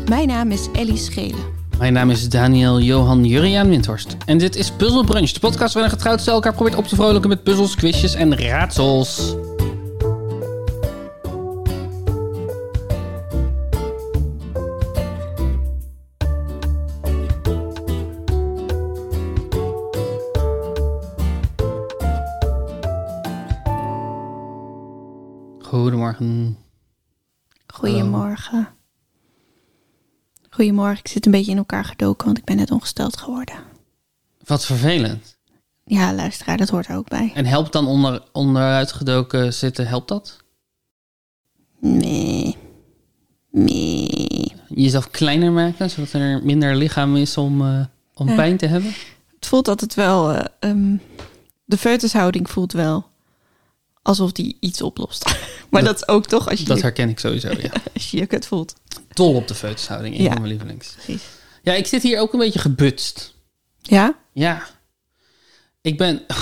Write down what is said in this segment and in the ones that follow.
Mijn naam is Ellie Schelen. Mijn naam is Daniel Johan Juriaan Windhorst. En dit is Puzzle Brunch, de podcast waarin een getrouwd stel elkaar probeert op te vrolijken met puzzels, quizjes en raadsels. Goedemorgen. Goedemorgen. Goedemorgen, ik zit een beetje in elkaar gedoken, want ik ben net ongesteld geworden. Wat vervelend. Ja, luisteraar, dat hoort er ook bij. En helpt dan onderuit gedoken zitten, helpt dat? Nee. Jezelf kleiner maken, zodat er minder lichaam is om pijn te hebben? Het voelt altijd wel... de foetushouding voelt wel alsof die iets oplost. Maar dat is ook toch als je... Dat herken ik sowieso, ja. Als je je kut voelt. Dol op de foetushouding, een van mijn lievelings. Precies. Ja, ik zit hier ook een beetje gebutst. Ja? Ja. Ik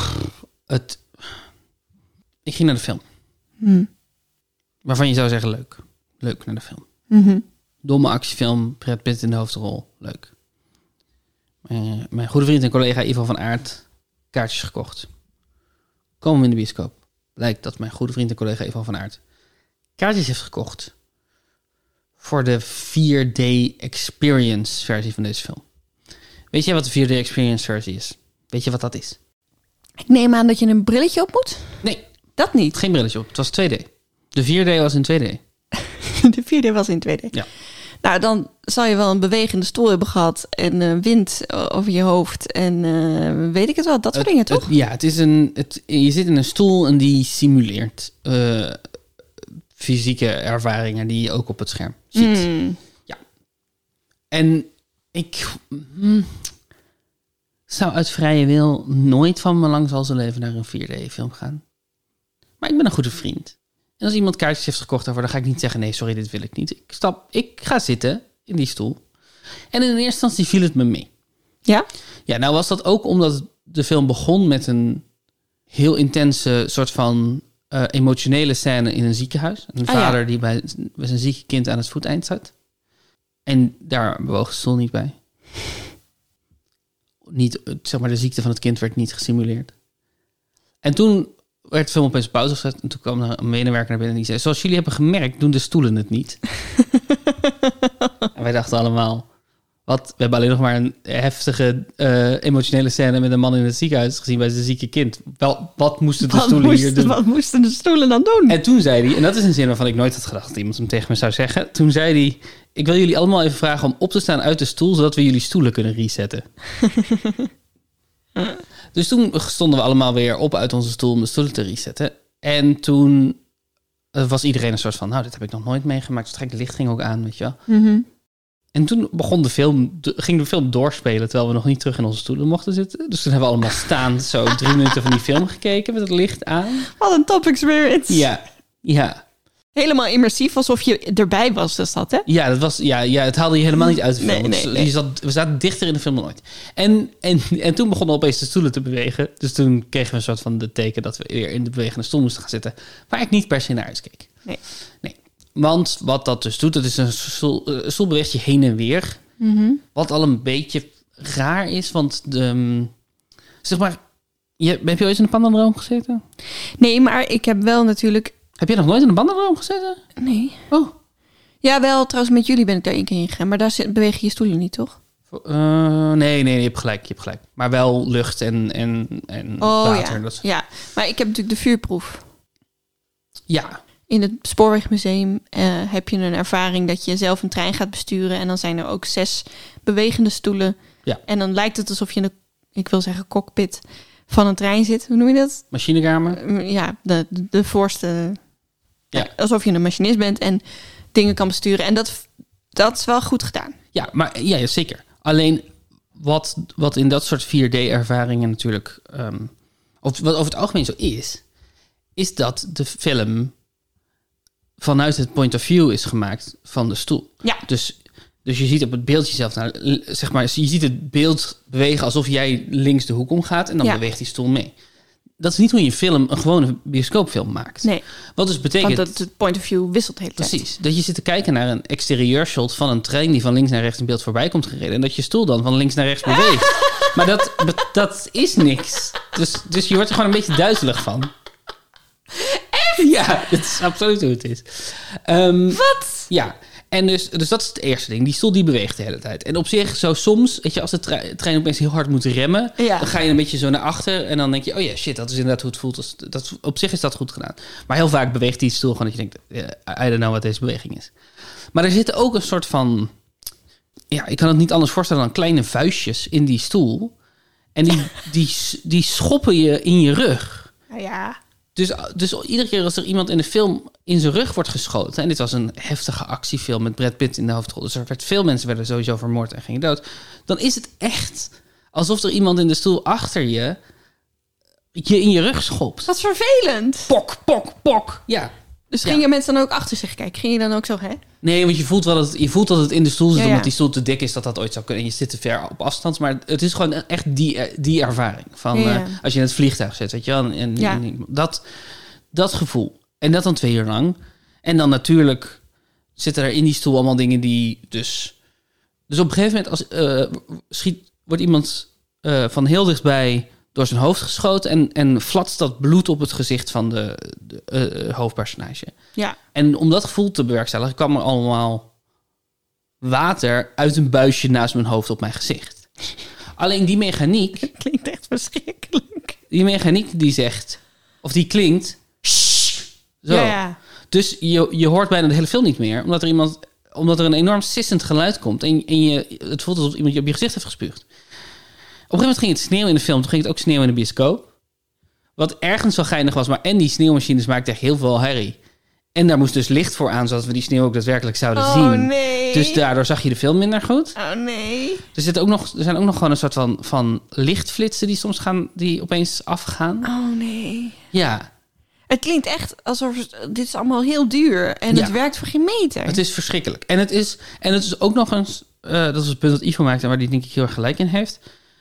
ging naar de film. Waarvan je zou zeggen leuk. Leuk naar de film. Mm-hmm. Domme actiefilm, Brad Pitt in de hoofdrol. Leuk. Mijn goede vriend en collega Ivo van Aert kaartjes gekocht. Komen we in de bioscoop. Blijkt dat mijn goede vriend en collega Ivo van Aert kaartjes heeft gekocht voor de 4D Experience versie van deze film. Weet jij wat de 4D Experience versie is? Weet je wat dat is? Ik neem aan dat je een brilletje op moet? Nee. Dat niet. Geen brilletje op. Het was 2D. De 4D was in 2D. De 4D was in 2D. Ja. Nou, dan zal je wel een bewegende stoel hebben gehad en wind over je hoofd en weet ik het wel, dat soort dingen, toch? Het is je zit in een stoel en die simuleert fysieke ervaringen die je ook op het scherm ziet. Ja. En ik zou uit vrije wil nooit van me lang zal zijn leven naar een 4D-film gaan. Maar ik ben een goede vriend. En als iemand kaartjes heeft gekocht daarvoor, dan ga ik niet zeggen, nee, sorry, dit wil ik niet. Ik ga zitten in die stoel. En in eerste instantie viel het me mee. Ja? Ja, nou was dat ook omdat de film begon met een heel intense soort van emotionele scène in een ziekenhuis. Een vader die bij zijn zieke kind aan het voeteind zat. En daar bewoog de stoel niet bij. Niet, zeg maar, de ziekte van het kind werd niet gesimuleerd. En toen werd de film opeens pauze gezet. En toen kwam er een medewerker naar binnen en die zei, zoals jullie hebben gemerkt, doen de stoelen het niet. En wij dachten allemaal, wat? We hebben alleen nog maar een heftige emotionele scène met een man in het ziekenhuis gezien bij zijn zieke kind. Wat moesten de stoelen hier doen? Wat moesten de stoelen dan doen? En toen zei hij, en dat is een zin waarvan ik nooit had gedacht dat iemand hem tegen me zou zeggen. Toen zei hij, ik wil jullie allemaal even vragen om op te staan uit de stoel, zodat we jullie stoelen kunnen resetten. Dus toen stonden we allemaal weer op uit onze stoel om de stoelen te resetten. En toen was iedereen een soort van, nou, dit heb ik nog nooit meegemaakt. Dus het licht ging ook aan, weet je wel. Mm-hmm. En toen ging de film doorspelen, terwijl we nog niet terug in onze stoelen mochten zitten. Dus toen hebben we allemaal staand zo 3 minuten van die film gekeken met het licht aan. Wat een top experience. Ja. Helemaal immersief, alsof je erbij was, dus dat, hè? Ja, dat was, het haalde je helemaal niet uit de film. Nee. We zaten dichter in de film dan ooit. En toen begonnen opeens de stoelen te bewegen. Dus toen kregen we een soort van de teken dat we weer in de bewegende stoel moesten gaan zitten. Waar ik niet per se naar uitkeek. Nee. Want wat dat dus doet, dat is een stoel beweegt je heen en weer. Mm-hmm. Wat al een beetje raar is, want zeg maar, heb je ooit in een pandadroom gezeten? Nee, maar ik heb wel natuurlijk... Heb je nog nooit in een pandadroom gezeten? Nee. Oh. Ja, wel, trouwens met jullie ben ik daar 1 keer in gegaan, maar daar bewegen je stoelen niet, toch? Nee, je hebt gelijk. Maar wel lucht en water. Ja. Ja, maar ik heb natuurlijk de vuurproef. Ja. In het Spoorwegmuseum heb je een ervaring dat je zelf een trein gaat besturen. En dan zijn er ook 6 bewegende stoelen. Ja. En dan lijkt het alsof je in ik wil zeggen cockpit van een trein zit. Hoe noem je dat? Machinekamer. Ja, de voorste. Ja. Alsof je een machinist bent en dingen kan besturen. En dat is wel goed gedaan. Ja, maar ja, zeker. Alleen wat in dat soort 4D-ervaringen natuurlijk... wat over het algemeen zo is dat de film vanuit het point of view is gemaakt van de stoel. Ja. Dus je ziet op het beeldje zelf, zeg maar, je ziet het beeld bewegen alsof jij links de hoek omgaat en dan beweegt die stoel mee. dat is niet hoe je een gewone bioscoopfilm maakt. Nee. Wat dus betekent... Want het point of view wisselt de hele tijd. Precies. Dat je zit te kijken naar een exterieurshot van een trein die van links naar rechts in beeld voorbij komt gereden. En dat je stoel dan van links naar rechts beweegt. Maar dat is niks. Dus je wordt er gewoon een beetje duizelig van. Echt? Ja, dat is absoluut hoe het is. Wat? Ja. En dus dat is het eerste ding. Die stoel die beweegt de hele tijd. En op zich, zo soms, weet je, als de trein opeens heel hard moet remmen, dan ga je een beetje zo naar achter en dan denk je, oh ja, shit, dat is inderdaad hoe het voelt. Op zich is dat goed gedaan. Maar heel vaak beweegt die stoel gewoon dat je denkt, I don't know wat deze beweging is. Maar er zit ook een soort van, ja, ik kan het niet anders voorstellen dan kleine vuistjes in die stoel. En die schoppen je in je rug. Ja. Dus iedere keer als er iemand in de film in zijn rug wordt geschoten, en dit was een heftige actiefilm met Brad Pitt in de hoofdrol, dus veel mensen werden sowieso vermoord en gingen dood, dan is het echt alsof er iemand in de stoel achter je in je rug schopt. Wat vervelend. Pok, pok, pok. Ja. Dus gingen mensen dan ook achter zich kijken? Ging je dan ook zo, hè? Nee, want je voelt dat het in de stoel zit, omdat die stoel te dik is, dat ooit zou kunnen. En je zit te ver op afstand, maar het is gewoon echt die ervaring van als je in het vliegtuig zit, weet je wel. En dat gevoel. En dat dan 2 uur lang. En dan natuurlijk zitten er in die stoel allemaal dingen die dus op een gegeven moment wordt iemand van heel dichtbij door zijn hoofd geschoten en flatst dat bloed op het gezicht van de hoofdpersonage. Ja. En om dat gevoel te bewerkstelligen kwam er allemaal water uit een buisje naast mijn hoofd op mijn gezicht. Alleen die mechaniek... Dat klinkt echt verschrikkelijk. Die mechaniek die zegt, of die klinkt... Zo. Ja. Dus je hoort bijna de hele film niet meer, omdat er een enorm sissend geluid komt en het voelt alsof iemand je op je gezicht heeft gespuugd. Op een gegeven moment ging het sneeuwen in de film. Toen ging het ook sneeuwen in de bioscoop. Wat ergens wel geinig was. Maar en die sneeuwmachines maakten echt heel veel herrie. En daar moest dus licht voor aan, zodat we die sneeuw ook daadwerkelijk zouden zien. Oh nee. Dus daardoor zag je de film minder goed. Oh nee. Er zijn ook nog gewoon een soort van lichtflitsen die opeens afgaan. Oh nee. Ja. Het klinkt echt alsof dit is allemaal heel duur. En het werkt voor geen meter. Het is verschrikkelijk. En het is ook nog eens... dat is het punt dat Ivo maakte, waar die denk ik heel erg gelijk in heeft.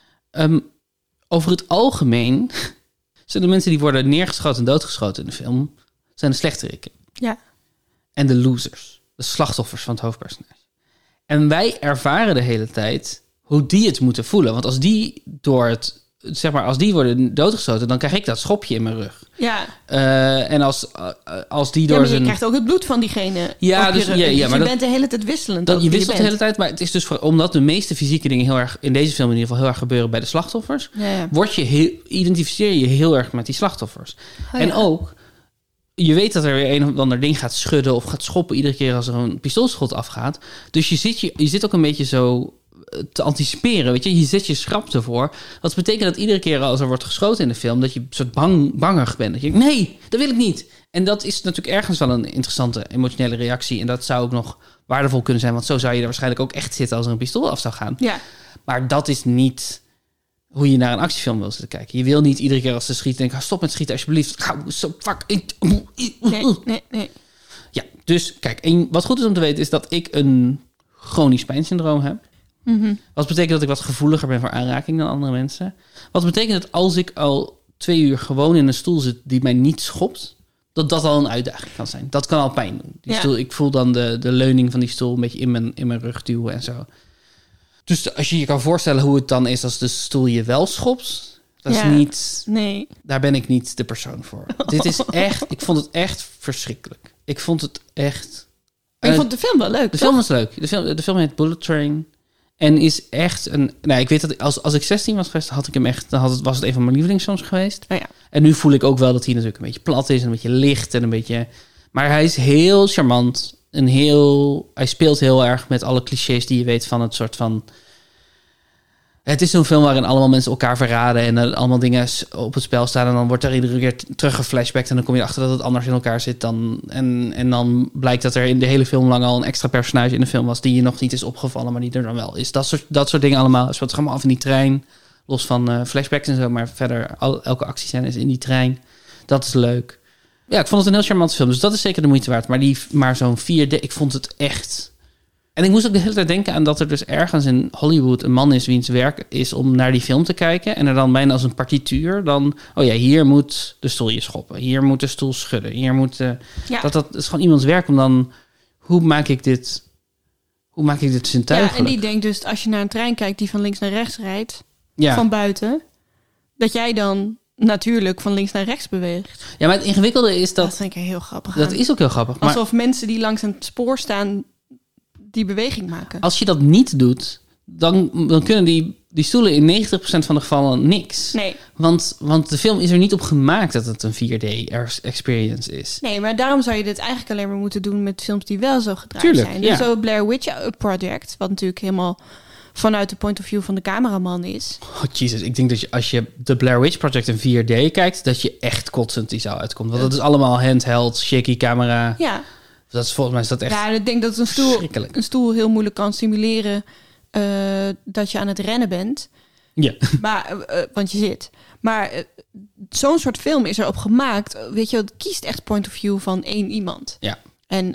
Over het algemeen zijn de mensen die worden neergeschoten en doodgeschoten in de film, zijn de slechteriken. Ja. En de losers. De slachtoffers van het hoofdpersonage. En wij ervaren de hele tijd hoe die het moeten voelen. Want als die als die worden doodgeschoten, dan krijg ik dat schopje in mijn rug. Ja. En als die door maar je krijgt ook het bloed van diegene. Ja, dus maar je bent de hele tijd wisselend. Je wisselt de hele tijd, maar het is dus omdat de meeste fysieke dingen heel erg in deze film in ieder geval heel erg gebeuren bij de slachtoffers, identificeer je heel erg met die slachtoffers. En ook je weet dat er weer een of ander ding gaat schudden of gaat schoppen iedere keer als er een pistoolschot afgaat. Dus je zit ook een beetje zo te anticiperen, weet je. Je zet je schrap ervoor. Wat betekent dat iedere keer als er wordt geschoten in de film, dat je een soort bangig bent. Dat je denkt, nee, dat wil ik niet. En dat is natuurlijk ergens wel een interessante emotionele reactie. En dat zou ook nog waardevol kunnen zijn, want zo zou je er waarschijnlijk ook echt zitten als er een pistool af zou gaan. Ja. Maar dat is niet hoe je naar een actiefilm wil zitten kijken. Je wil niet iedere keer als ze schieten denken, stop met schieten alsjeblieft. Nee. Ja, dus kijk, en wat goed is om te weten is dat ik een chronisch pijnsyndroom heb. Mm-hmm. Wat betekent dat ik wat gevoeliger ben voor aanraking dan andere mensen. Wat betekent dat als ik al 2 uur gewoon in een stoel zit die mij niet schopt, dat al een uitdaging kan zijn. Dat kan al pijn doen. Die stoel, ik voel dan de leuning van die stoel een beetje in mijn rug duwen en zo. Dus als je je kan voorstellen hoe het dan is als de stoel je wel schopt, dat is niet... Nee. Daar ben ik niet de persoon voor. Dit is echt... Ik vond het echt verschrikkelijk. Ik vond het echt... Ik vond de film wel leuk. De film was leuk. De film heet Bullet Train. En is echt een... Nou, ik weet dat als ik 16 was geweest, had ik hem echt... was het een van mijn lievelingsfilms geweest. Oh ja. En nu voel ik ook wel dat hij natuurlijk een beetje plat is en een beetje licht en een beetje... Maar hij is heel charmant. Hij speelt heel erg met alle clichés die je weet van het soort van... Het is zo'n film waarin allemaal mensen elkaar verraden en er allemaal dingen op het spel staan. En dan wordt er iedere keer teruggeflashbackt en dan kom je erachter dat het anders in elkaar zit dan. En dan blijkt dat er in de hele film lang al een extra personage in de film was die je nog niet is opgevallen, maar die er dan wel is. Dat soort dingen allemaal. Het speelt allemaal af in die trein, los van flashbacks en zo. Maar verder, elke actiescène is in die trein. Dat is leuk. Ja, ik vond het een heel charmante film, dus dat is zeker de moeite waard. Maar zo'n 4D, ik vond het echt En ik moest ook de hele tijd denken aan dat er dus ergens in Hollywood een man is wiens werk is om naar die film te kijken. En er dan bijna als een partituur dan... Oh ja, hier moet de stoel je schoppen. Hier moet de stoel schudden. Hier moet... Dat is gewoon iemands werk om dan... Hoe maak ik dit zintuigelijk? Ja, en die denkt dus als je naar een trein kijkt die van links naar rechts rijdt... Van buiten... Dat jij dan natuurlijk van links naar rechts beweegt. Ja, maar het ingewikkelde is dat... Dat vind ik heel grappig. Dat is ook heel grappig. Maar alsof mensen die langs een spoor staan... die beweging maken. Als je dat niet doet... dan kunnen die stoelen in 90% van de gevallen niks. Nee. Want de film is er niet op gemaakt dat het een 4D-experience is. Nee, maar daarom zou je dit eigenlijk alleen maar moeten doen... met films die wel zo gedraaid zijn. Dus zo Blair Witch Project... wat natuurlijk helemaal... vanuit de point of view van de cameraman is. Oh, Jesus. Ik denk dat als je de Blair Witch Project in 4D kijkt... dat je echt kotsend die zaal uitkomt. Want dat is allemaal handheld, shaky camera. Ja. Dat is volgens mij is dat echt... Ja, ik denk dat een stoel heel moeilijk kan simuleren... dat je aan het rennen bent. Ja. Maar, want je zit. Maar zo'n soort film is erop gemaakt. Weet je, het kiest echt point of view van één iemand. Ja. En...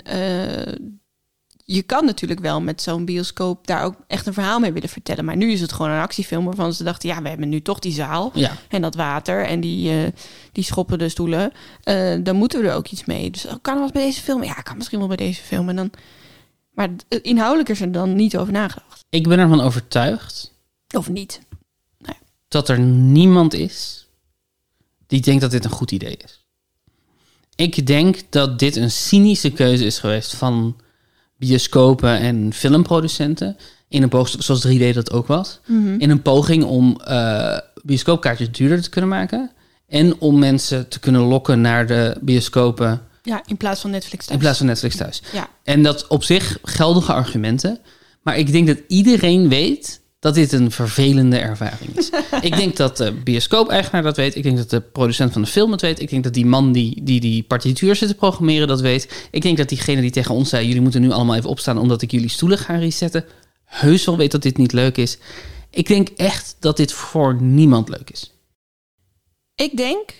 je kan natuurlijk wel met zo'n bioscoop daar ook echt een verhaal mee willen vertellen. Maar nu is het gewoon een actiefilm waarvan ze dachten... ja, we hebben nu toch die zaal en dat water en die schoppende stoelen. Dan moeten we er ook iets mee. Dus kan het wel bij deze film? Ja, kan misschien wel bij deze film. En dan, maar inhoudelijk is er dan niet over nagedacht. Ik ben ervan overtuigd... Of niet. Nee. Dat er niemand is die denkt dat dit een goed idee is. Ik denk dat dit een cynische keuze is geweest van... bioscopen en filmproducenten... in een poging, zoals 3D dat ook was... in een poging om bioscoopkaartjes duurder te kunnen maken... en om mensen te kunnen lokken naar de bioscopen... Ja, in plaats van Netflix thuis. Ja. En dat op zich geldige argumenten... maar ik denk dat iedereen weet... dat dit een vervelende ervaring is. Ik denk dat de bioscoop-eigenaar dat weet. Ik denk dat de producent van de film het weet. Ik denk dat die man die partituur zit te programmeren dat weet. Ik denk dat diegene die tegen ons zei... jullie moeten nu allemaal even opstaan... omdat ik jullie stoelen ga resetten... heus wel weet dat dit niet leuk is. Ik denk echt dat dit voor niemand leuk is. Ik denk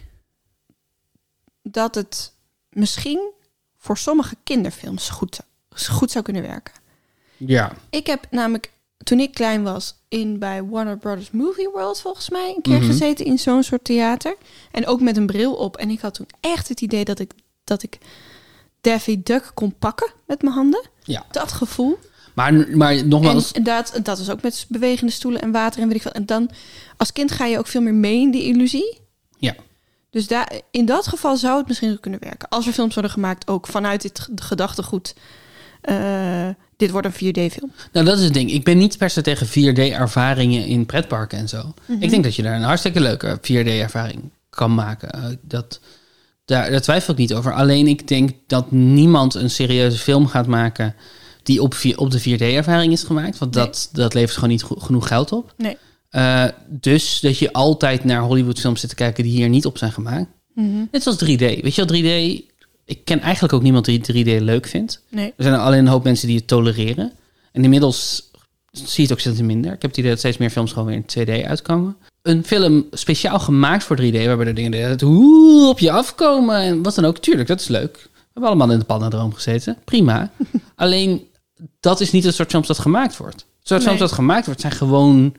dat het misschien voor sommige kinderfilms goed zou kunnen werken. Ja. Ik heb namelijk... Toen ik klein was, bij Warner Brothers Movie World volgens mij... een keer gezeten in zo'n soort theater. En ook met een bril op. En ik had toen echt het idee dat ik Daffy Duck kon pakken met mijn handen. Ja. Dat gevoel. Maar nogmaals... En dat is ook met bewegende stoelen en water en weet ik veel. En dan, als kind ga je ook veel meer mee in die illusie. Ja. Dus in dat geval zou het misschien ook kunnen werken. Als er films worden gemaakt, ook vanuit dit gedachtegoed... dit wordt een 4D-film. Nou, dat is het ding. Ik ben niet per se tegen 4D-ervaringen in pretparken en zo. Mm-hmm. Ik denk dat je daar een hartstikke leuke 4D-ervaring kan maken. Daar twijfel ik niet over. Alleen ik denk dat niemand een serieuze film gaat maken... die op de 4D-ervaring is gemaakt. Want dat levert gewoon niet genoeg geld op. Nee. Dus dat je altijd naar Hollywood-films zit te kijken... die hier niet op zijn gemaakt. Mm-hmm. Net zoals 3D. Weet je wel, 3D... Ik ken eigenlijk ook niemand die 3D leuk vindt. Nee. Er zijn alleen een hoop mensen die het tolereren. En inmiddels zie je het ook steeds minder. Ik heb het idee dat steeds meer films gewoon weer in 2D uitkomen. Een film speciaal gemaakt voor 3D... waarbij er dingen op je afkomen en wat dan ook. Tuurlijk, dat is leuk. We hebben allemaal in de pannendroom gezeten. Prima. Alleen, dat is niet het soort films dat gemaakt wordt. Het soort films dat gemaakt wordt zijn gewoon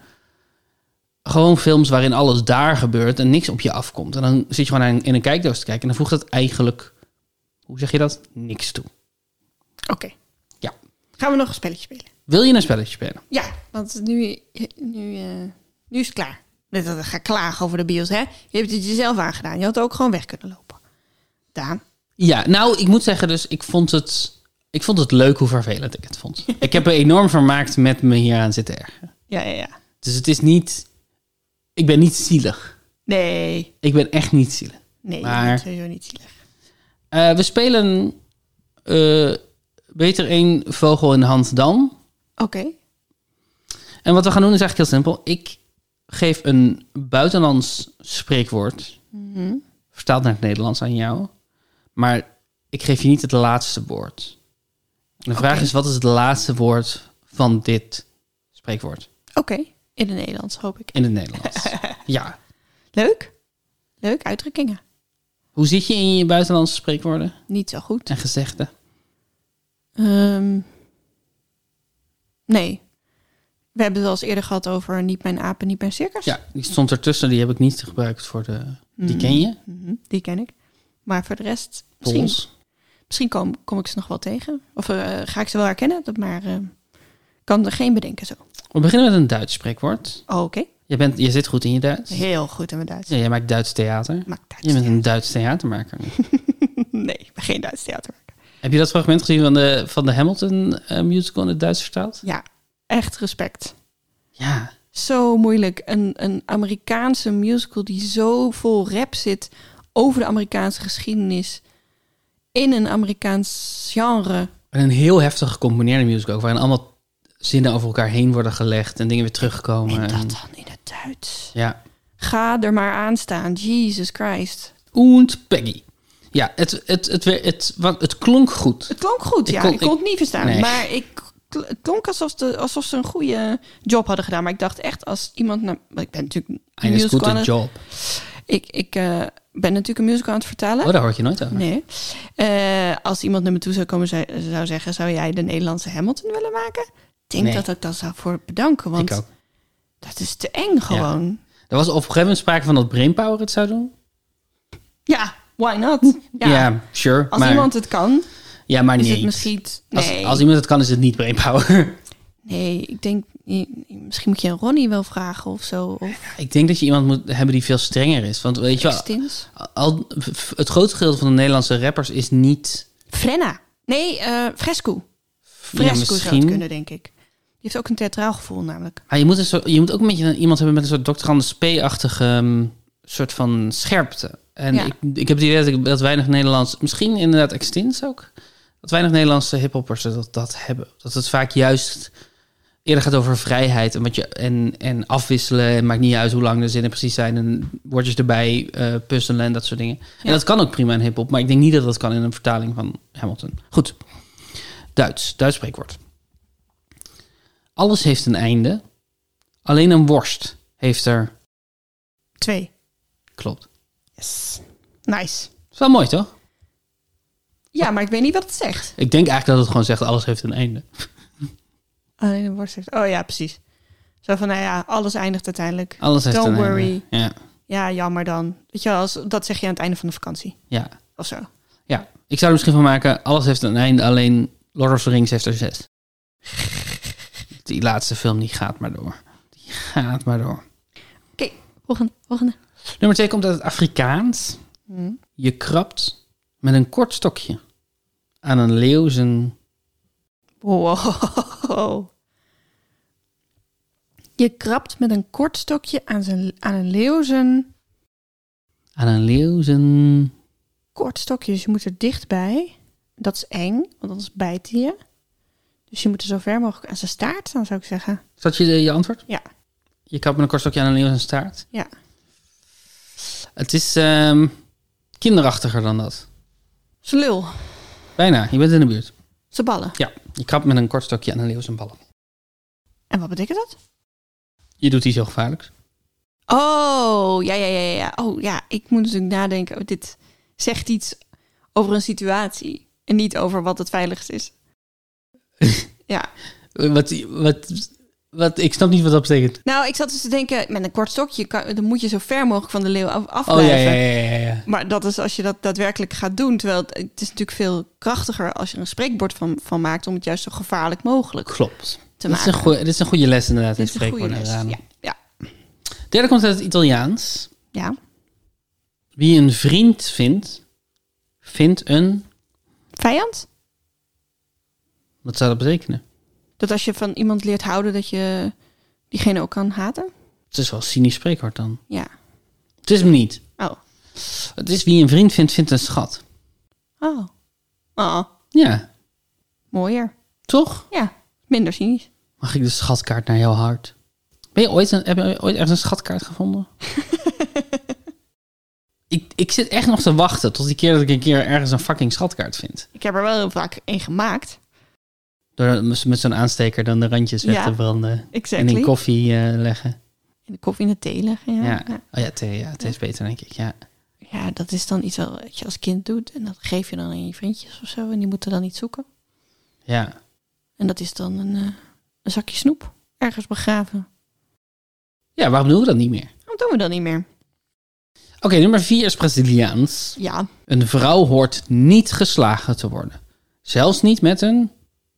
films waarin alles daar gebeurt... en niks op je afkomt. En dan zit je gewoon in een kijkdoos te kijken... en dan voegt dat eigenlijk... Hoe zeg je dat? Niks toe. Oké. Ja. Gaan we nog een spelletje spelen? Wil je een spelletje spelen? Ja, want nu is het klaar. Dat ga ik klagen over de bios, hè? Je hebt het jezelf aangedaan. Je had ook gewoon weg kunnen lopen. Daan? Ja, nou, ik moet zeggen dus, ik vond het leuk hoe vervelend ik het vond. Ik heb er enorm vermaakt met me hier aan zitten ergeren. Ja. Dus het is niet... Ik ben niet zielig. Nee. Ik ben echt niet zielig. Nee, maar... je bent sowieso niet zielig. We spelen beter één vogel in de hand dan. Oké. En wat we gaan doen is eigenlijk heel simpel. Ik geef een buitenlands spreekwoord. Mm-hmm. Vertaald naar het Nederlands aan jou. Maar ik geef je niet het laatste woord. En de vraag is, wat is het laatste woord van dit spreekwoord? Oké. In het Nederlands, hoop ik. In het Nederlands, ja. Leuk. Leuk, uitdrukkingen. Hoe zit je in je buitenlandse spreekwoorden? Niet zo goed. En gezegden? Nee. We hebben het al eens eerder gehad over Niet mijn apen, niet mijn circus. Ja, die stond ertussen. Die heb ik niet gebruikt voor de... Die ken je? Die ken ik. Maar voor de rest... Misschien kom ik ze nog wel tegen. Of ga ik ze wel herkennen. Maar kan er geen bedenken zo. We beginnen met een Duits spreekwoord. Oh, oké. Je zit goed in je Duits. Heel goed in mijn Duits. Ja, jij maakt Duits theater. Je bent een Duits theatermaker. Nee, ik ben geen Duits theatermaker. Heb je dat fragment gezien van de Hamilton musical in het Duits vertaald? Ja, echt respect. Ja. Zo moeilijk. Een Amerikaanse musical die zo vol rap zit over de Amerikaanse geschiedenis in een Amerikaans genre. En een heel heftig gecomponeerde musical ook, waarin allemaal zinnen over elkaar heen worden gelegd en dingen weer terugkomen. En dat dan in het Duits. Ja. Ga er maar aan staan. Jesus Christ. Und Peggy. Ja, het klonk goed. Het klonk goed, ik kon het niet verstaan. Nee. Maar het klonk alsof ze een goede job hadden gedaan. Maar ik dacht echt, als iemand... ik ben natuurlijk een musical aan het... job. Ik ben natuurlijk een musical aan het vertellen. Oh, daar hoor je nooit over. Nee. Als iemand naar me toe zou komen, zou zeggen... zou jij de Nederlandse Hamilton willen maken? Ik denk dat ik dat zou voor bedanken. Want ik ook. Dat is te eng gewoon. Ja. Er was op een gegeven moment sprake van dat Brainpower het zou doen. Ja, why not? Ja, sure. Als iemand het kan... Ja, maar is niet. Het misschien... Nee. Als iemand het kan, is het niet Brainpower. Nee, ik denk... Misschien moet je Ronnie wel vragen of zo. Of... Ik denk dat je iemand moet hebben die veel strenger is. Want weet je wel, het grootste gedeelte van de Nederlandse rappers is niet... Frenna. Nee, Fresco. Fresco zou het kunnen, denk ik. Die heeft ook een theatraal gevoel namelijk. Je moet ook een beetje iemand hebben met een soort Dr. Anders P-achtige soort van scherpte. En ik heb het idee dat weinig Nederlands... Misschien inderdaad Extins ook. Dat weinig Nederlandse hiphoppers dat hebben. Dat het vaak juist... eerder gaat over vrijheid en afwisselen. En maakt niet uit hoe lang de zinnen precies zijn. En woordjes erbij, puzzelen en dat soort dingen. Ja. En dat kan ook prima in hiphop. Maar ik denk niet dat dat kan in een vertaling van Hamilton. Goed. Duits spreekwoord. Alles heeft een einde. Alleen een worst heeft er... 2. Klopt. Yes. Nice. Dat is wel mooi, toch? Ja, maar ik weet niet wat het zegt. Ik denk eigenlijk dat het gewoon zegt, alles heeft een einde. Alleen een worst heeft... Oh ja, precies. Zo van, nou ja, alles eindigt uiteindelijk. Alles heeft Don't een worry. Einde. Ja, jammer dan. Weet je wel, dat zeg je aan het einde van de vakantie. Ja. Of zo. Ja, ik zou er misschien van maken, alles heeft een einde, alleen Lord of the Rings heeft er 6. Die laatste film, die gaat maar door. Oké, volgende. Nummer 2 komt uit het Afrikaans. Je krabt met een kort stokje aan een leeuw zijn... Wow. Je krabt met een kort stokje aan een leeuw zijn... Aan een leeuw zijn... Kort stokje, dus je moet er dichtbij. Dat is eng, want anders bijt hij je. Dus je moet er zo ver mogelijk aan zijn staart, dan zou ik zeggen. Is dat je antwoord? Ja. Je krabt met een kort stokje aan een leeuw zijn staart? Ja. Het is kinderachtiger dan dat. Zijn lul. Bijna, je bent in de buurt. Zijn ballen. Ja, je krabt met een kort stokje aan een leeuw zijn ballen. En wat betekent dat? Je doet iets heel gevaarlijks. Oh, ja. Oh ja, ik moet natuurlijk nadenken. Oh, dit zegt iets over een situatie. En niet over wat het veiligst is. Ja. Wat, ik snap niet wat dat betekent. Nou, ik zat dus te denken, met een kort stokje dan moet je zo ver mogelijk van de leeuw afblijven. Oh, ja. Maar dat is als je dat daadwerkelijk gaat doen. Terwijl het is natuurlijk veel krachtiger als je er een spreekbord van maakt om het juist zo gevaarlijk mogelijk te maken. Dit is een goede les inderdaad in spreekwoord. Ja. Derde komt uit het Italiaans. Ja. Wie een vriend vindt een... Vijand? Wat zou dat betekenen? Dat als je van iemand leert houden, dat je diegene ook kan haten? Het is wel een cynisch spreekwoord dan. Ja. Het is hem niet. Oh. Het is wie een vriend vindt een schat. Oh. Ja. Mooier. Toch? Ja, minder cynisch. Mag ik de schatkaart naar jouw hart? Heb je ooit ergens een schatkaart gevonden? Ik zit echt nog te wachten tot die keer dat ik een keer ergens een fucking schatkaart vind. Ik heb er wel heel vaak één gemaakt. Door met zo'n aansteker dan de randjes weg te branden. Exactly. En in koffie leggen. In de koffie in de thee leggen, ja. Oh ja, thee is beter denk ik, ja. Ja, dat is dan iets wat je als kind doet. En dat geef je dan aan je vriendjes of zo. En die moeten dan iets zoeken. Ja. En dat is dan een een zakje snoep ergens begraven. Ja, waarom doen we dat niet meer? Waarom doen we dat niet meer? Oké, nummer 4 is Braziliaans. Ja. Een vrouw hoort niet geslagen te worden. Zelfs niet met een...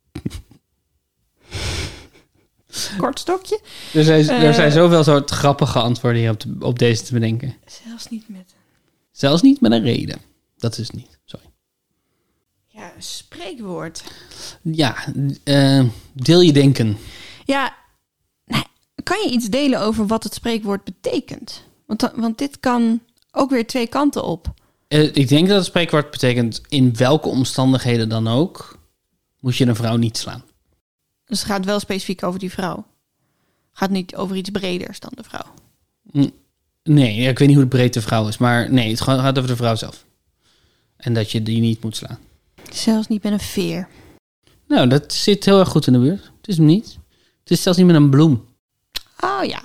Kort stokje. Er zijn zoveel soort grappige antwoorden hier op deze te bedenken. Zelfs niet met een reden. Dat is het niet, sorry. Ja, een spreekwoord. Ja, deel je denken. Ja, kan je iets delen over wat het spreekwoord betekent? Want dit kan ook weer twee kanten op. Ik denk dat het spreekwoord betekent... in welke omstandigheden dan ook... moet je een vrouw niet slaan. Dus het gaat wel specifiek over die vrouw. Gaat niet over iets breders dan de vrouw. Nee, ik weet niet hoe breed de vrouw is. Maar nee, het gaat over de vrouw zelf. En dat je die niet moet slaan. Zelfs niet met een veer. Nou, dat zit heel erg goed in de buurt. Het is hem niet. Het is zelfs niet met een bloem. Oh ja.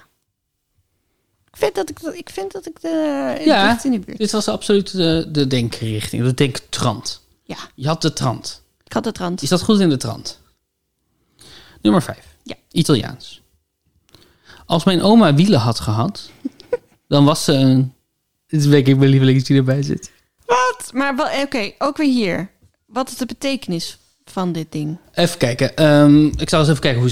Ik vind dat ik dicht in de buurt. Dit was absoluut de denkrichting. De denktrant. Ja. Je had de trant. Ik had de trant. Je zat goed in de trant. Nummer 5. Ja. Italiaans. Als mijn oma wielen had gehad, dan was ze een... Dit is denk ik mijn lieveling die erbij zit. Wat? Maar oké, ook weer hier. Wat is de betekenis van dit ding? Even kijken. Ik zal eens even kijken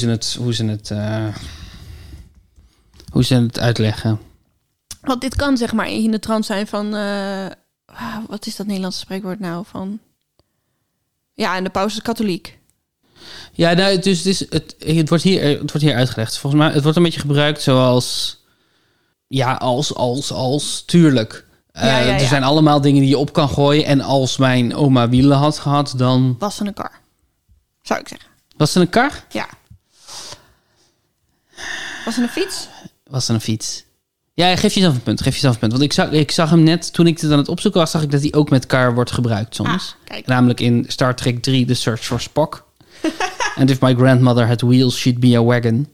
hoe ze het uitleggen. Want dit kan zeg maar in de trant zijn van... wat is dat Nederlandse spreekwoord nou? Van... Ja, en de paus is katholiek. Ja, nou, dus het wordt hier uitgelegd. Volgens mij, het wordt een beetje gebruikt zoals... Ja, als tuurlijk. Er zijn allemaal dingen die je op kan gooien. En als mijn oma wielen had gehad, dan... Was ze een kar, zou ik zeggen. Was ze een kar? Ja. Was ze een fiets? Was ze een fiets? Ja, geef jezelf een punt. Want ik zag hem net, toen ik dit aan het opzoeken was... zag ik dat hij ook met kar wordt gebruikt soms. Kijk. Namelijk in Star Trek 3, The Search for Spock. And if my grandmother had wheels, she'd be a wagon.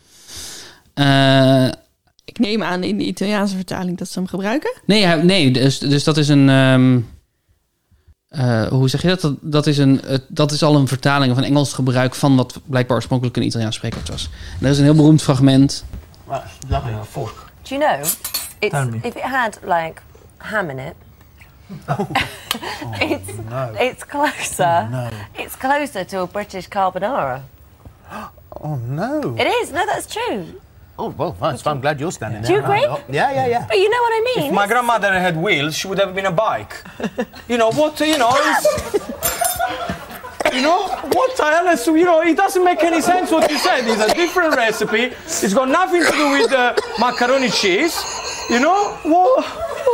Ik neem aan in de Italiaanse vertaling dat ze hem gebruiken. Nee, dus dat is een... hoe zeg je dat? Dat is al een vertaling van Engels gebruik... van wat blijkbaar oorspronkelijk een Italiaans spreekwoord was. En er is een heel beroemd fragment. Lovely fork. Do you know, if it had like ham in it, it's closer. Oh, no. It's closer to a British carbonara. Oh no. It is. No, that's true. Oh well, fine. So I'm glad you're standing Do there. you agree? Yeah. But you know what I mean. If my grandmother had wheels, she would have been a bike. You know what? You know. You know what? It doesn't make any sense what you said. It's a different recipe. It's got nothing to do with macaroni cheese. You know what?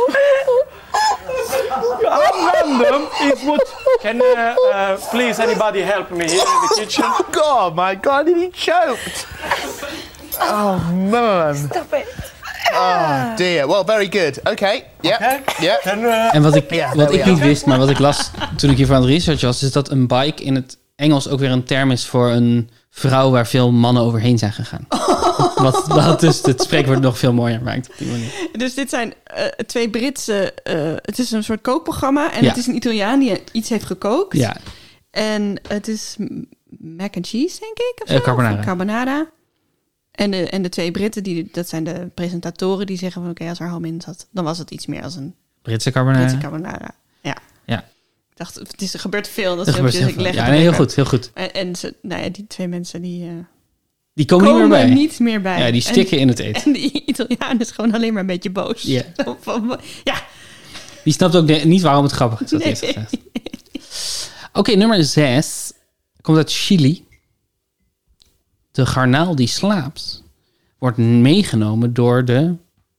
How random is what? Can please anybody help me here in the kitchen? Oh God, my God, he choked. Oh man. Stop it. Oh dear. Well, very good. Okay. Yeah. Okay. Yeah. En wat ik niet wist, maar wat ik las toen ik hiervoor aan het researchen was... is dat een bike in het Engels ook weer een term is voor een vrouw... waar veel mannen overheen zijn gegaan. Wat dus het spreekwoord nog veel mooier maakt op die manier. Dus dit zijn twee Britse... het is een soort kookprogramma. En het is een Italiaan die iets heeft gekookt. Ja. En het is mac and cheese, denk ik. Of zo? Carbonara. En de twee Britten, dat zijn de presentatoren... die zeggen van oké, als er ham in zat... dan was het iets meer als een Britse carbonara. Ja. Ik dacht, er gebeurt veel. Dat gebeurt heel veel. Ja, nee, heel goed. En die twee mensen die komen niet meer bij. Ja, die stikken in het eten. En die Italiaan is gewoon alleen maar een beetje boos. Ja. Ja. Die snapt ook niet waarom het grappig is. Dat heeft gezegd. Oké, nummer 6 komt uit Chili. De garnaal die slaapt wordt meegenomen door de...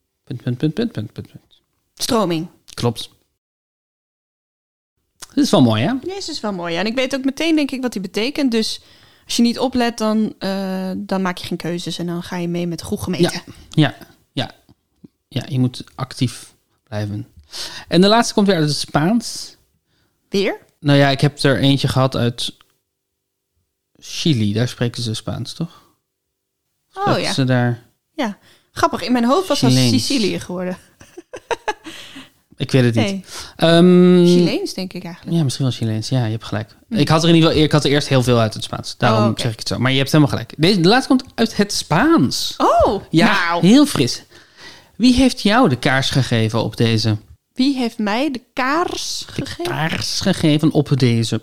Stroming. Klopt. Dit is wel mooi, hè? Deze is wel mooi. Ja. En ik weet ook meteen, denk ik, wat die betekent. Dus als je niet oplet, dan maak je geen keuzes. En dan ga je mee met goed gemeten. Ja, je moet actief blijven. En de laatste komt weer uit het Spaans. Weer? Nou ja, ik heb er eentje gehad uit Chili. Daar spreken ze Spaans, toch? Ze daar... Ja, grappig. In mijn hoofd was dat Sicilië geworden. Ik weet het niet. Chileens, denk ik eigenlijk. Ja, misschien wel Chileens. Ja, je hebt gelijk. Ik had er eerst heel veel uit het Spaans. Daarom zeg ik het zo. Maar je hebt helemaal gelijk. De laatste komt uit het Spaans. Oh, ja, heel fris. Wie heeft jou de kaars gegeven op deze? Wie heeft mij de kaars gegeven? Kaars gegeven op deze...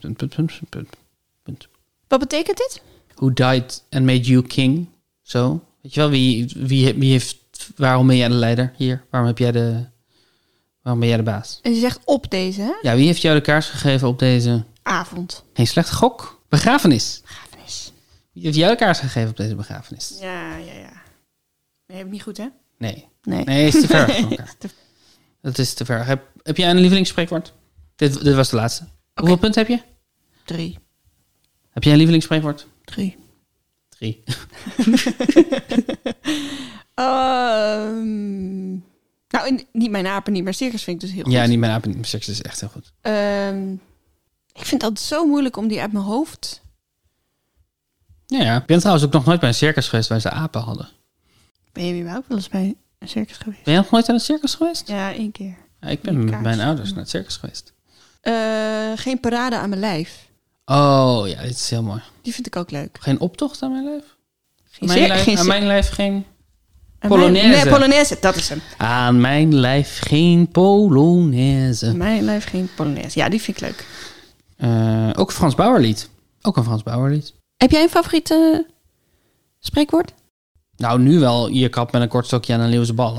Wat betekent dit? Who died and made you king? Zo. Weet je wel, wie heeft... Waarom ben jij de leider hier? Waarom ben jij de baas? En je zegt op deze, hè? Ja, wie heeft jou de kaars gegeven op deze... Avond. Geen slechte gok. Begrafenis. Wie heeft jou de kaars gegeven op deze begrafenis? Ja. Nee, heb ik niet goed, hè? Nee, is te ver van elkaar. Dat is te ver. Heb jij een lievelingsspreekwoord? Dit was de laatste. Okay. Hoeveel punten heb je? 3. Heb jij een lievelingsspreekwoord? 3. Nou, niet mijn apen, niet meer circus vind ik dus heel goed. Ja, niet mijn apen, niet meer circus is echt heel goed. Ik vind het altijd zo moeilijk om die uit mijn hoofd... Ja. Ik ben trouwens ook nog nooit bij een circus geweest waar ze apen hadden. Ben je überhaupt wel eens bij een circus geweest? Ben je nog nooit aan een circus geweest? Ja, 1 keer. Ja, ik ben met mijn ouders naar het circus geweest. Geen parade aan mijn lijf. Oh, ja, dit is heel mooi. Die vind ik ook leuk. Geen optocht aan mijn lijf? Aan mijn lijf geen Polonaise. Nee, Polonaise, dat is hem. Aan mijn lijf geen Polonaise. Aan mijn lijf geen Polonaise. Ja, die vind ik leuk. Ook een Frans Bauer-lied. Heb jij een favoriete spreekwoord? Nou, nu wel. Je kapt met een kort stokje aan een leeuwse bal.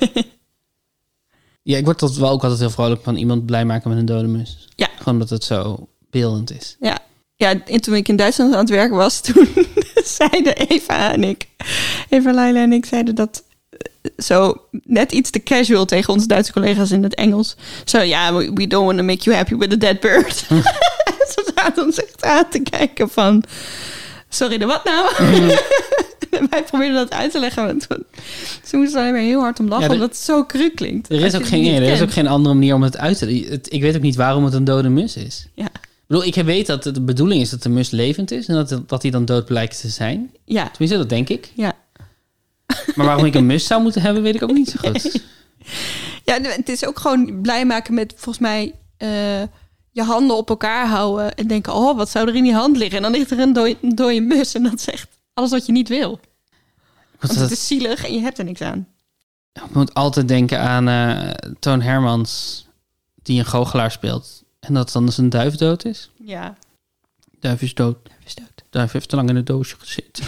Ja, ik word tot wel ook altijd heel vrolijk van iemand blij maken met een dode mus. Ja. Gewoon omdat het zo beeldend is. Ja, en toen ik in Duitsland aan het werk was, toen zeiden Eva, Laila en ik zeiden dat zo net iets te casual tegen onze Duitse collega's in het Engels. Zo, we don't want to make you happy with a dead bird. Ze zaten ons echt aan te kijken van, sorry, de wat nou? En wij probeerden dat uit te leggen. Maar ze moesten alleen maar heel hard om lachen, omdat het zo cru klinkt. Er is ook geen andere manier om het uit te leggen. Ik weet ook niet waarom het een dode mus is. Ja. Ik weet dat de bedoeling is dat de mus levend is en dat hij dan dood blijkt te zijn. Ja. Tenminste, dat denk ik. Ja. Maar waarom ik een mus zou moeten hebben, weet ik ook niet zo goed. Ja, het is ook gewoon blij maken met, volgens mij, je handen op elkaar houden en denken, oh, wat zou er in die hand liggen? En dan ligt er een dode mus en dat zegt alles wat je niet wil. Want het is zielig en je hebt er niks aan. Ik moet altijd denken aan Toon Hermans, die een goochelaar speelt. En dat dan dus een duif dood is. Ja. Duif is dood. Duif heeft te lang in een doosje gezeten.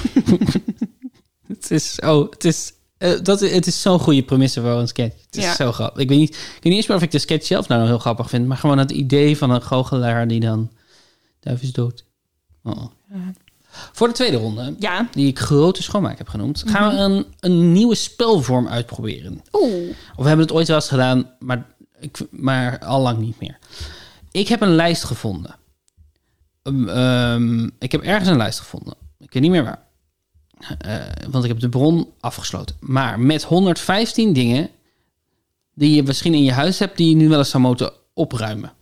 Het is zo'n goede premisse voor een sketch. Het is zo grappig. Ik weet niet eens meer of ik de sketch zelf nou heel grappig vind. Maar gewoon het idee van een goochelaar die dan... Duif is dood. Oh. Ja. Voor de tweede ronde, die ik grote schoonmaak heb genoemd... gaan we een nieuwe spelvorm uitproberen. Oeh. Of we hebben het ooit wel eens gedaan, maar al lang niet meer. Ik heb een lijst gevonden. Ik heb ergens een lijst gevonden. Ik weet niet meer waar. Want ik heb de bron afgesloten. Maar met 115 dingen die je misschien in je huis hebt... die je nu wel eens zou moeten opruimen.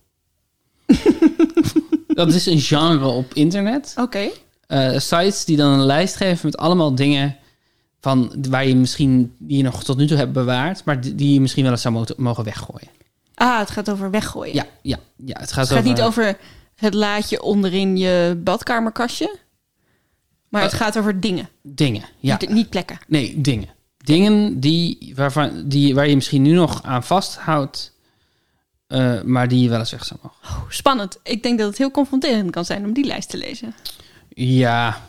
Dat is een genre op internet. Oké. Sites die dan een lijst geven met allemaal dingen... waar je misschien die je nog tot nu toe hebt bewaard... maar die je misschien wel eens zou mogen weggooien. Ah, het gaat over weggooien. Ja. Het gaat niet over het laadje onderin je badkamerkastje... maar het gaat over dingen. Dingen, ja. Niet plekken. Nee, dingen. Dingen waar je misschien nu nog aan vasthoudt... maar die je wel eens weg zou mogen. Oh, spannend. Ik denk dat het heel confronterend kan zijn om die lijst te lezen. Ja.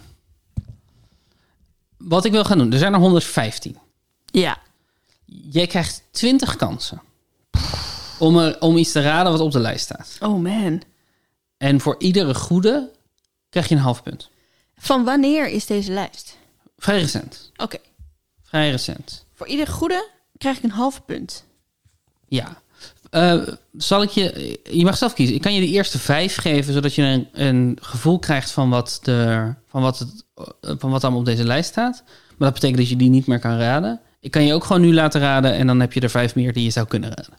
Wat ik wil gaan doen, er zijn er 115. Ja. Jij krijgt 20 kansen. Om iets te raden wat op de lijst staat. Oh man. En voor iedere goede krijg je een half punt. Van wanneer is deze lijst? Vrij recent. Oké. Vrij recent. Voor iedere goede krijg ik een half punt. Ja. Zal ik je mag zelf kiezen. Ik kan je de eerste 5 geven, zodat je een gevoel krijgt van wat allemaal op deze lijst staat. Maar dat betekent dat je die niet meer kan raden. Ik kan je ook gewoon nu laten raden en dan heb je er 5 meer die je zou kunnen raden.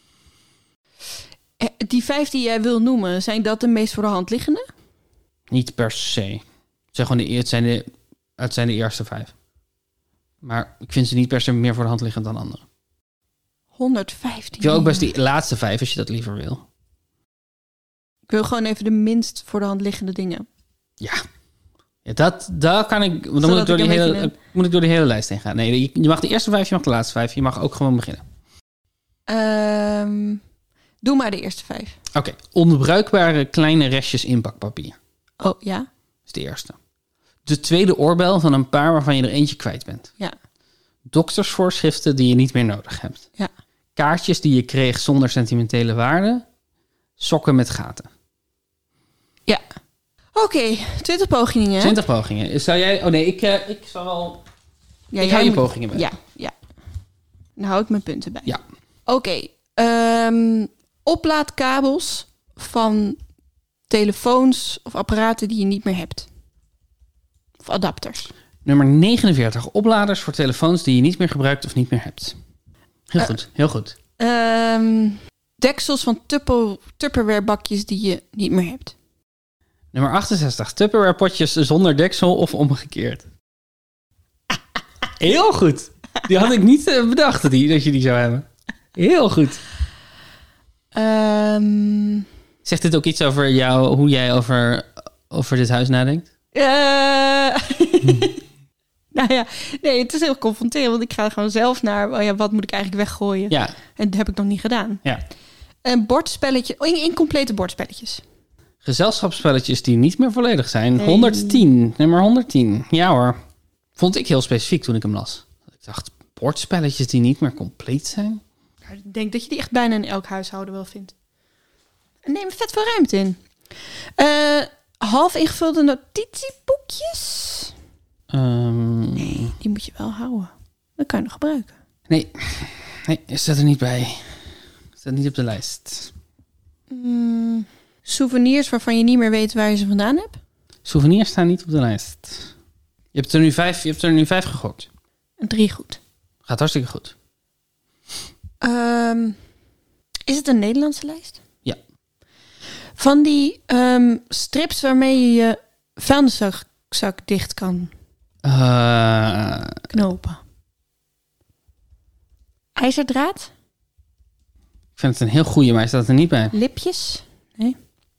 Die 5 die jij wil noemen, zijn dat de meest voor de hand liggende? Niet per se. Zeg gewoon het zijn de eerste 5. Maar ik vind ze niet per se meer voor de hand liggend dan andere. 115. Ik wil ook best die laatste 5 als je dat liever wil. Ik wil gewoon even de minst voor de hand liggende dingen. Ja, dat kan ik. Dan moet ik door die hele lijst heen gaan. Nee, je mag de eerste 5, je mag de laatste 5. Je mag ook gewoon beginnen. Doe maar de eerste 5. Oké. Onbruikbare kleine restjes inpakpapier. Oh, ja? Dat is de eerste. De tweede oorbel van een paar waarvan je er eentje kwijt bent. Ja. Doktersvoorschriften die je niet meer nodig hebt. Ja. Kaartjes die je kreeg zonder sentimentele waarde. Sokken met gaten. Ja. Oké, 20 pogingen. 20 pogingen. Zou jij... Oh nee, ik zal wel... Ja, ik hou je pogingen bij. Ja. Dan hou ik mijn punten bij. Ja. Oké. Oplaadkabels van telefoons of apparaten die je niet meer hebt. Of adapters. Nummer 49. Opladers voor telefoons die je niet meer gebruikt of niet meer hebt. Heel goed. Deksels van Tupperware bakjes die je niet meer hebt. Nummer 68. Tupperware potjes zonder deksel of omgekeerd. Heel goed. Die had ik niet bedacht dat je die zou hebben. Heel goed. Zegt dit ook iets over jou, hoe jij over dit huis nadenkt? Nou ja, nee, het is heel confronterend. Want ik ga gewoon zelf naar, wat moet ik eigenlijk weggooien? Ja. En dat heb ik nog niet gedaan. Ja. Een bordspelletje, incomplete bordspelletjes. Gezelschapsspelletjes die niet meer volledig zijn. Nee. 110, nummer 110. Ja hoor. Vond ik heel specifiek toen ik hem las. Ik dacht, bordspelletjes die niet meer compleet zijn? Ik denk dat je die echt bijna in elk huishouden wel vindt. En neem vet veel ruimte in. Half ingevulde notitieboekjes. Nee, die moet je wel houden. Dat kan je nog gebruiken. Nee, staat er niet bij. Staat niet op de lijst. Souvenirs waarvan je niet meer weet waar je ze vandaan hebt. Souvenirs staan niet op de lijst. Je hebt er nu 5 gegokt. 3 goed. Gaat hartstikke goed. Is het een Nederlandse lijst? Ja. Van die strips waarmee je je vuilniszak dicht kan knopen. IJzerdraad? Ik vind het een heel goeie, maar hij staat er niet bij. Lipjes? Nee.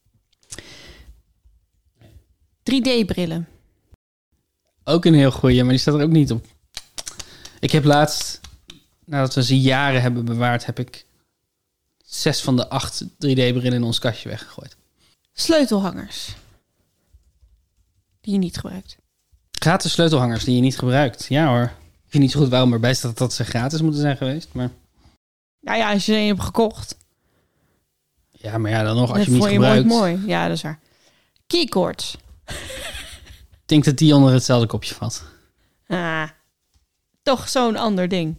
3D-brillen? Ook een heel goeie, maar die staat er ook niet op. Ik heb laatst, nadat we ze jaren hebben bewaard, heb ik 6 van de 8 3D-brillen in ons kastje weggegooid. Sleutelhangers. Die je niet gebruikt. Gratis sleutelhangers die je niet gebruikt. Ja hoor. Ik vind niet zo goed waarom erbij staat dat ze gratis moeten zijn geweest. Maar... Nou ja, als je een hebt gekocht. Ja, maar ja, dan nog als je hem niet gebruikt. Mooi. Ja, dat is waar. Keycords. Ik denk dat die onder hetzelfde kopje valt. Toch zo'n ander ding.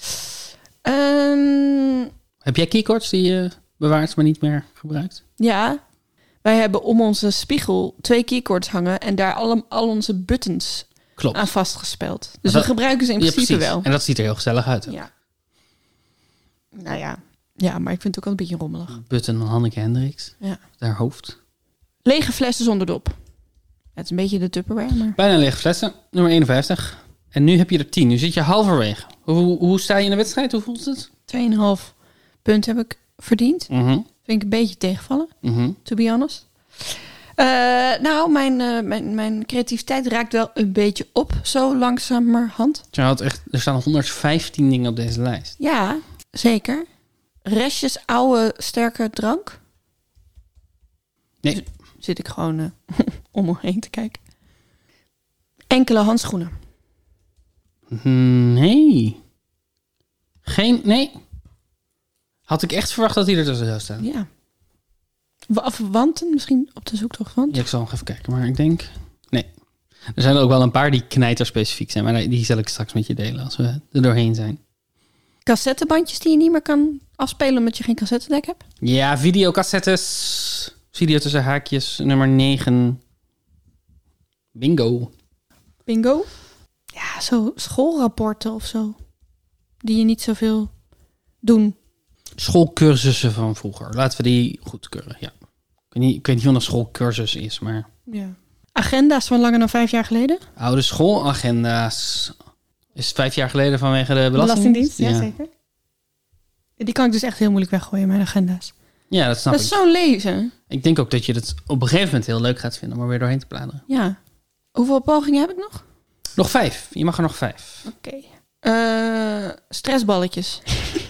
Heb jij keycords die je bewaart, maar niet meer gebruikt? Ja. Wij hebben om onze spiegel 2 keycords hangen en daar al onze buttons aan vastgespeld. Dus we gebruiken ze in principe wel. En dat ziet er heel gezellig uit. Ja. Nou ja. Ja, maar ik vind het ook wel een beetje rommelig. Button van Hanneke Hendricks. Ja. Haar hoofd. Lege flessen zonder dop. Het is een beetje de Tupperware, maar... Bijna lege flessen. Nummer 51. En nu heb je er 10. Nu zit je halverwege. Hoe sta je in de wedstrijd? Hoe voelt het? 2,5 punt heb ik verdiend. Vind ik een beetje tegenvallen, to be honest. Nou, mijn creativiteit raakt wel een beetje op, zo langzamerhand. Er staan 115 dingen op deze lijst. Ja, zeker. Restjes oude, sterke drank. Nee. Zit ik gewoon om me heen te kijken. Enkele handschoenen. Nee. Nee. Had ik echt verwacht dat die er tussen zou staan. Ja. Wanten misschien op de zoektocht van? Ja, ik zal nog even kijken, maar ik denk... Nee. Er zijn er ook wel een paar die knijterspecifiek zijn, maar die zal ik straks met je delen als we er doorheen zijn. Cassettebandjes die je niet meer kan afspelen omdat je geen cassettedek hebt? Ja, videocassettes. Video tussen haakjes, nummer 9. Bingo. Bingo? Ja, zo schoolrapporten of zo. Die je niet zoveel doen. Schoolcursussen van vroeger. Laten we die goedkeuren, ja. Ik weet niet wat een schoolcursus is, maar... Ja. Agenda's van langer dan 5 jaar geleden? Oude schoolagenda's. Is 5 jaar geleden vanwege de Belastingdienst, ja, zeker. Die kan ik dus echt heel moeilijk weggooien in mijn agenda's. Ja, dat snap ik. Dat is zo'n lezen. Ik denk ook dat je het op een gegeven moment heel leuk gaat vinden om er weer doorheen te bladeren. Ja. Hoeveel pogingen heb ik nog? Nog 5. Je mag er nog 5. Oké. Stressballetjes.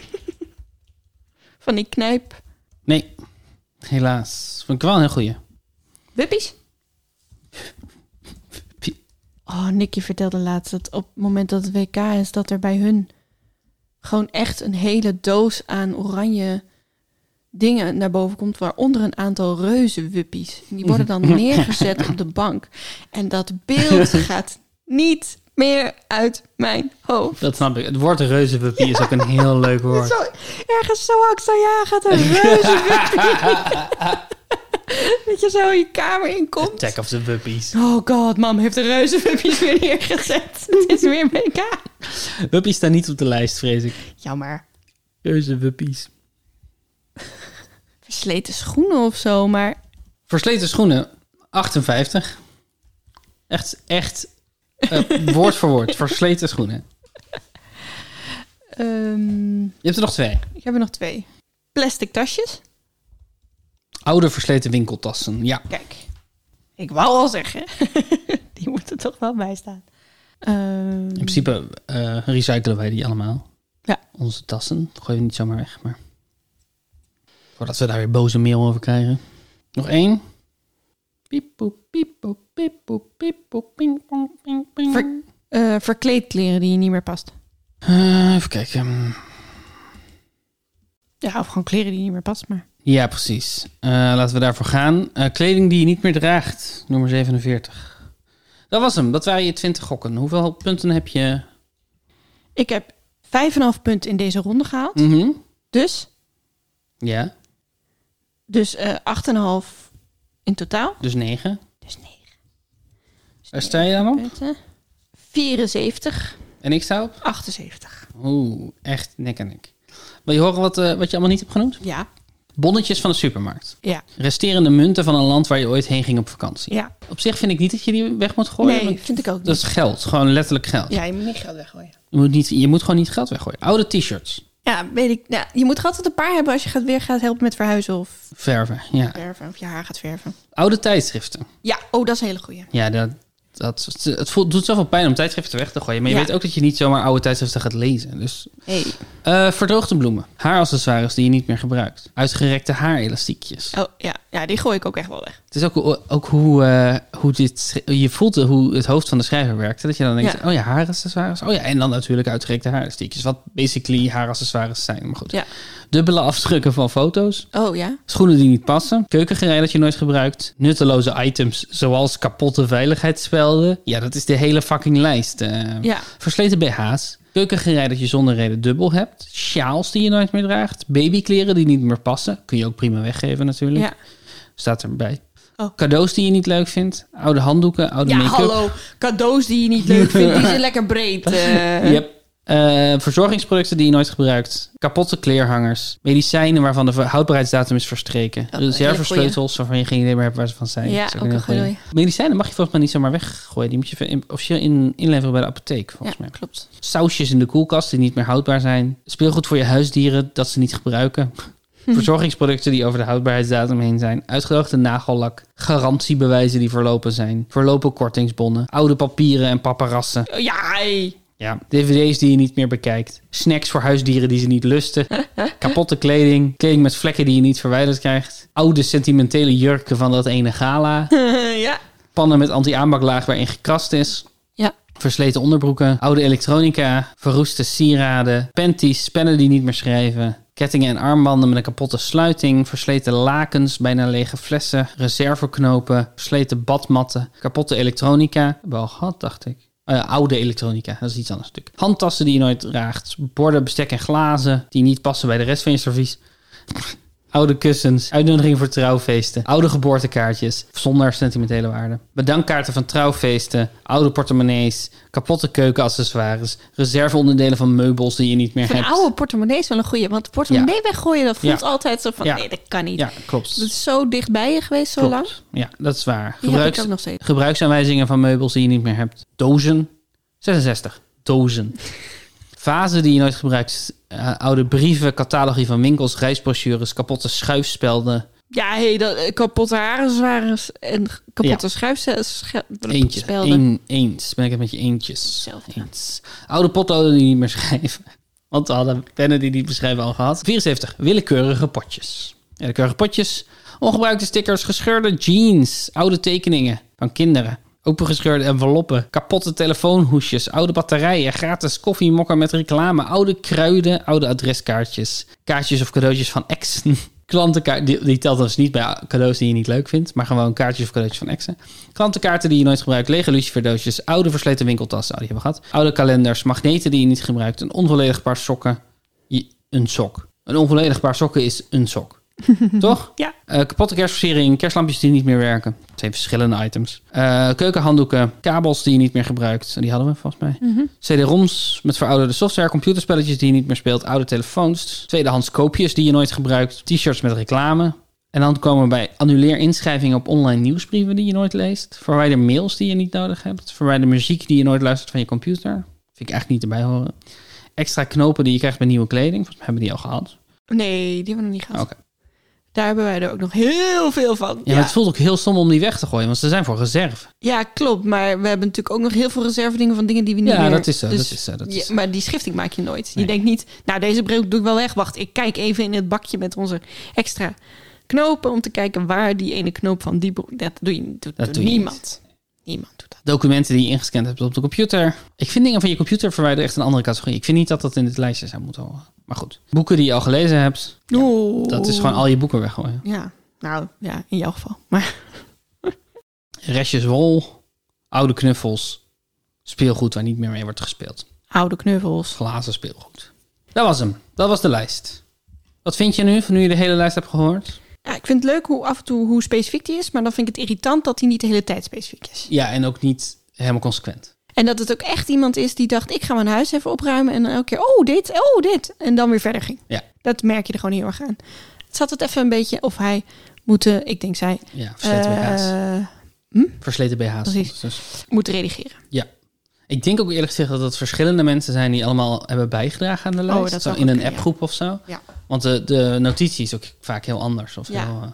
Van die knijp. Nee, helaas. Vond ik wel een heel goeie. Wuppies? Oh, Nicky vertelde laatst dat op het moment dat het WK is, dat er bij hun gewoon echt een hele doos aan oranje dingen naar boven komt, waaronder een aantal reuzenwuppies. En die worden dan neergezet op de bank. En dat beeld gaat niet meer uit mijn hoofd. Dat snap ik. Het woord reuzenwuppie is ook een heel leuk woord. Ergens zo Axel gaat een reuzenwuppie. Dat je zo je kamer inkomt. Attack of the Wuppies. Oh god, mam heeft de reuzenwuppies weer neergezet. Het is weer WK. Wuppies staan niet op de lijst, vrees ik. Jammer. Reuzenwuppies. Versleten schoenen of zo, maar... Versleten schoenen, 58. Echt woord voor woord. Versleten schoenen. Je hebt er nog 2. Ik heb er nog 2. Plastic tasjes. Oude versleten winkeltassen, ja. Kijk, ik wou al zeggen. Die moeten toch wel bij staan. In principe recyclen wij die allemaal. Ja. Onze tassen gooien we niet zomaar weg, maar... Voordat we daar weer boze mail over krijgen. Nog 1. Piep, piep, piep, piep, ping, pong, ping, ping. Verkleedkleren die je niet meer past. Even kijken. Ja, of gewoon kleren die je niet meer past, maar... Ja, precies. Laten we daarvoor gaan. Kleding die je niet meer draagt. Nummer 47. Dat was hem. Dat waren je 20 gokken. Hoeveel punten heb je? Ik heb 5,5 punten in deze ronde gehaald. Dus? Ja. Dus 8,5 in totaal. Dus 9. Dus 9. Dus Waar sta je dan op? Punten. 74. En ik sta op? 78. Oeh, echt nek en nek. Wil je horen wat je allemaal niet hebt genoemd? Ja. Bonnetjes van de supermarkt. Ja. Resterende munten van een land waar je ooit heen ging op vakantie. Ja. Op zich vind ik niet dat je die weg moet gooien. Nee, vind ik ook niet. Dat is geld. Gewoon letterlijk geld. Ja, je moet niet geld weggooien. Je moet gewoon niet geld weggooien. Oude t-shirts. Ja, weet ik. Ja, je moet altijd een paar hebben als je weer gaat helpen met verhuizen of verven. Ja. Verven, of je haar gaat verven. Oude tijdschriften. Ja, oh, dat is een hele goeie. Ja, het doet zoveel pijn om tijdschriften weg te gooien. Maar je weet ook dat je niet zomaar oude tijdschriften gaat lezen. Dus. Verdroogde bloemen. Haaraccessoires die je niet meer gebruikt. Uitgerekte haarelastiekjes. Oh ja, die gooi ik ook echt wel weg. Het is ook hoe dit... Je voelt hoe het hoofd van de schrijver werkt. Dat je dan denkt, oh ja, haaraccessoires. Oh ja, en dan natuurlijk uitgerekte haarelastiekjes. Wat basically haaraccessoires zijn. Maar goed. Ja. Dubbele afdrukken van foto's. Oh ja. Schoenen die niet passen. Keukengerei dat je nooit gebruikt. Nutteloze items zoals kapotte veiligheidsspelden. Ja, dat is de hele fucking lijst. Versleten BH's. Keukengerei dat je zonder reden dubbel hebt. Sjaals die je nooit meer draagt. Babykleren die niet meer passen. Kun je ook prima weggeven natuurlijk. Ja. Staat erbij. Oh. Cadeaus die je niet leuk vindt. Oude handdoeken, oude make-up. Ja, hallo. Cadeaus die je niet leuk vindt. Die zijn lekker breed. Yep. Verzorgingsproducten die je nooit gebruikt. Kapotte kleerhangers. Medicijnen waarvan de houdbaarheidsdatum is verstreken. Reservesleutels waarvan je geen idee meer hebt waar ze van zijn. Ja, ook een goeie. Medicijnen mag je volgens mij niet zomaar weggooien. Die moet je officieel inleveren bij de apotheek, volgens mij. Klopt. Sausjes in de koelkast die niet meer houdbaar zijn. Speelgoed voor je huisdieren dat ze niet gebruiken. Verzorgingsproducten die over de houdbaarheidsdatum heen zijn. Uitgedroogde nagellak. Garantiebewijzen die verlopen zijn. Verlopen kortingsbonnen. Oude papieren en paparassen. Ja, dvd's die je niet meer bekijkt. Snacks voor huisdieren die ze niet lusten. Kapotte kleding. Kleding met vlekken die je niet verwijderd krijgt. Oude sentimentele jurken van dat ene gala. Pannen met anti-aanbaklaag waarin gekrast is. Ja. Versleten onderbroeken. Oude elektronica. Verroeste sieraden. Panties. Pennen die niet meer schrijven. Kettingen en armbanden met een kapotte sluiting. Versleten lakens. Bijna lege flessen. Reserveknopen. Versleten badmatten. Kapotte elektronica. Hebben we al gehad, dacht ik. Oude elektronica, dat is iets anders natuurlijk. Handtassen die je nooit draagt. Borden, bestek en glazen die niet passen bij de rest van je servies. Oude kussens, uitnodigingen voor trouwfeesten. Oude geboortekaartjes, zonder sentimentele waarde. Bedankkaarten van trouwfeesten. Oude portemonnees. Kapotte keukenaccessoires. Reserveonderdelen van meubels die je niet meer hebt. Oude portemonnee is wel een goeie. Want portemonnee weggooien, dat voelt altijd zo van... Nee, dat kan niet. Ja, klopt. Dat is zo dichtbij je geweest, zo lang. Ja, dat is waar. Heb ik ook nog steeds. Gebruiksaanwijzingen van meubels die je niet meer hebt. Dozen. 66. Dozen. Vazen die je nooit gebruikt. Oude brieven, catalogie van winkels, reisbrochures, kapotte schuifspelden. Ja, kapotte harenzwarers en kapotte schuifspelden. Eens. Ben ik het met je eentjes. Eens. Oude potloden die niet meer schrijven. Want we hadden pennen die niet beschrijven al gehad. 74. Willekeurige potjes. Willekeurige potjes. Ongebruikte stickers, gescheurde jeans, oude tekeningen van kinderen. Opengescheurde enveloppen, kapotte telefoonhoesjes, oude batterijen, gratis koffiemokken met reclame, oude kruiden, oude adreskaartjes, kaartjes of cadeautjes van exen. Klantenkaart, die telt dus niet bij cadeaus die je niet leuk vindt, maar gewoon kaartjes of cadeautjes van exen. Klantenkaarten die je nooit gebruikt, lege luciferdoosjes, oude versleten winkeltassen, die hebben we gehad. Oude kalenders, magneten die je niet gebruikt, een onvolledig paar sokken, een sok. Een onvolledig paar sokken is een sok. Toch? Ja. Kapotte kerstversiering, kerstlampjes die niet meer werken. 2 verschillende items. Keukenhanddoeken, kabels die je niet meer gebruikt. Die hadden we volgens mij. Mm-hmm. CD-ROMs met verouderde software, computerspelletjes die je niet meer speelt, oude telefoons, tweedehands koopjes die je nooit gebruikt, t-shirts met reclame. En dan komen we bij annuleer inschrijvingen op online nieuwsbrieven die je nooit leest. Verwijder mails die je niet nodig hebt. Verwijder muziek die je nooit luistert van je computer. Vind ik eigenlijk niet erbij horen. Extra knopen die je krijgt bij nieuwe kleding. Volgens mij hebben die al gehad. Nee, die hebben we nog niet gehad. Oké. Daar hebben wij er ook nog heel veel van. Ja, maar het voelt ook heel stom om die weg te gooien, want ze zijn voor reserve. Ja, klopt. Maar we hebben natuurlijk ook nog heel veel reserve dingen van dingen die we niet meer... Ja, dat is zo. Dus, dat is zo. Maar die schifting maak je nooit. Nee. Je denkt niet, nou deze bril doe ik wel weg. Wacht, ik kijk even in het bakje met onze extra knopen om te kijken waar die ene knoop van die... Dat doet niemand. Niemand doet dat. Documenten die je ingescand hebt op de computer. Ik vind dingen van je computer verwijderen echt een andere categorie. Ik vind niet dat dat in dit lijstje zou moeten horen. Maar goed. Boeken die je al gelezen hebt. Ja, dat is gewoon al je boeken weggooien. Ja, nou ja, in jouw geval. Maar restjes wol. Oude knuffels. Speelgoed waar niet meer mee wordt gespeeld. Oude knuffels. Glazen speelgoed. Dat was hem. Dat was de lijst. Wat vind je nu, van nu je de hele lijst hebt gehoord? Ja, ik vind het leuk hoe af en toe hoe specifiek die is. Maar dan vind ik het irritant dat hij niet de hele tijd specifiek is. Ja, en ook niet helemaal consequent. En dat het ook echt iemand is die dacht, ik ga mijn huis even opruimen. En dan elke keer, dit. En dan weer verder ging. Ja. Dat merk je er gewoon heel erg aan. Het zat het even een beetje, of hij moeten, ik denk zij... Ja, versleten BH's. Versleten BH's. Precies. Dus. Moeten redigeren. Ja. Ik denk ook eerlijk gezegd dat het verschillende mensen zijn die allemaal hebben bijgedragen aan de lijst. Dat zo in een appgroep of zo. Ja. Want de notitie is ook vaak heel anders. Of heel,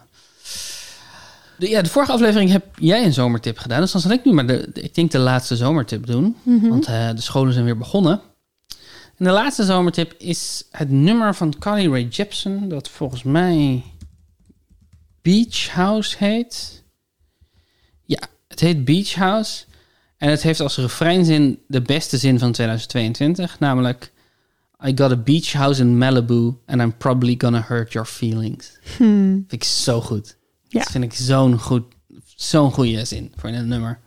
de vorige aflevering heb jij een zomertip gedaan. Dus dan zal ik nu maar ik denk de laatste zomertip doen. Mm-hmm. Want de scholen zijn weer begonnen. En de laatste zomertip is het nummer van Carly Rae Jepsen. Dat volgens mij Beach House heet. Ja, het heet Beach House. En het heeft als refreinzin de beste zin van 2022. Namelijk, I got a beach house in Malibu and I'm probably gonna hurt your feelings. Vind ik zo goed. Ja. Dat vind ik zo'n goede zin voor een nummer.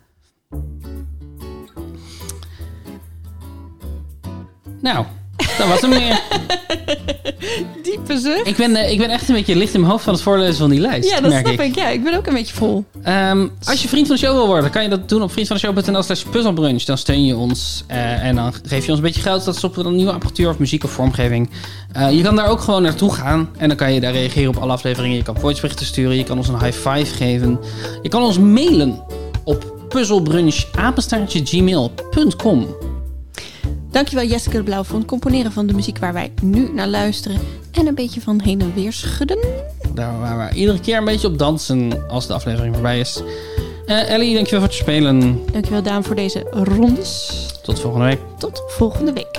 Nou, dat was hem weer. Diepe zucht. Ik ben echt een beetje licht in mijn hoofd van het voorlezen van die lijst. Ja, dat snap ik. Ja, ik ben ook een beetje vol. Als je vriend van de show wil worden, kan je dat doen op vriendvandeshow.nl/puzzelbrunch. Dan steun je ons en dan geef je ons een beetje geld. Dat stoppen we dan nieuwe apparatuur of muziek of vormgeving. Je kan daar ook gewoon naartoe gaan en dan kan je daar reageren op alle afleveringen. Je kan voiceberichten sturen, je kan ons een high five geven. Je kan ons mailen op puzzelbrunch@gmail.com. Dankjewel Jessica de Blauw voor het componeren van de muziek waar wij nu naar luisteren. En een beetje van heen en weer schudden. Daar waar we iedere keer een beetje op dansen als de aflevering voorbij is. Ellie, dankjewel voor het spelen. Dankjewel Daan voor deze rondes. Tot volgende week. Tot volgende week.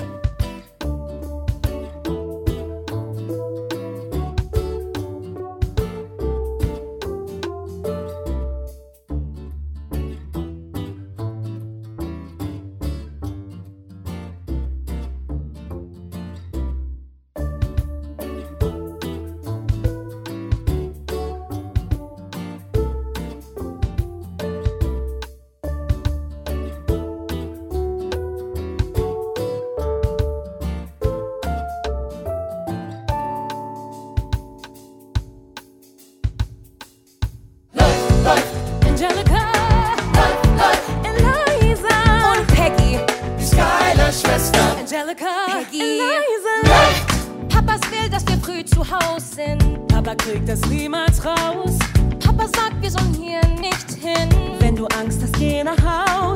Papas will, dass wir früh zu Haus sind. Papa kriegt das niemals raus. Papa sagt, wir sollen hier nicht hin. Wenn du Angst hast, geh nach Haus.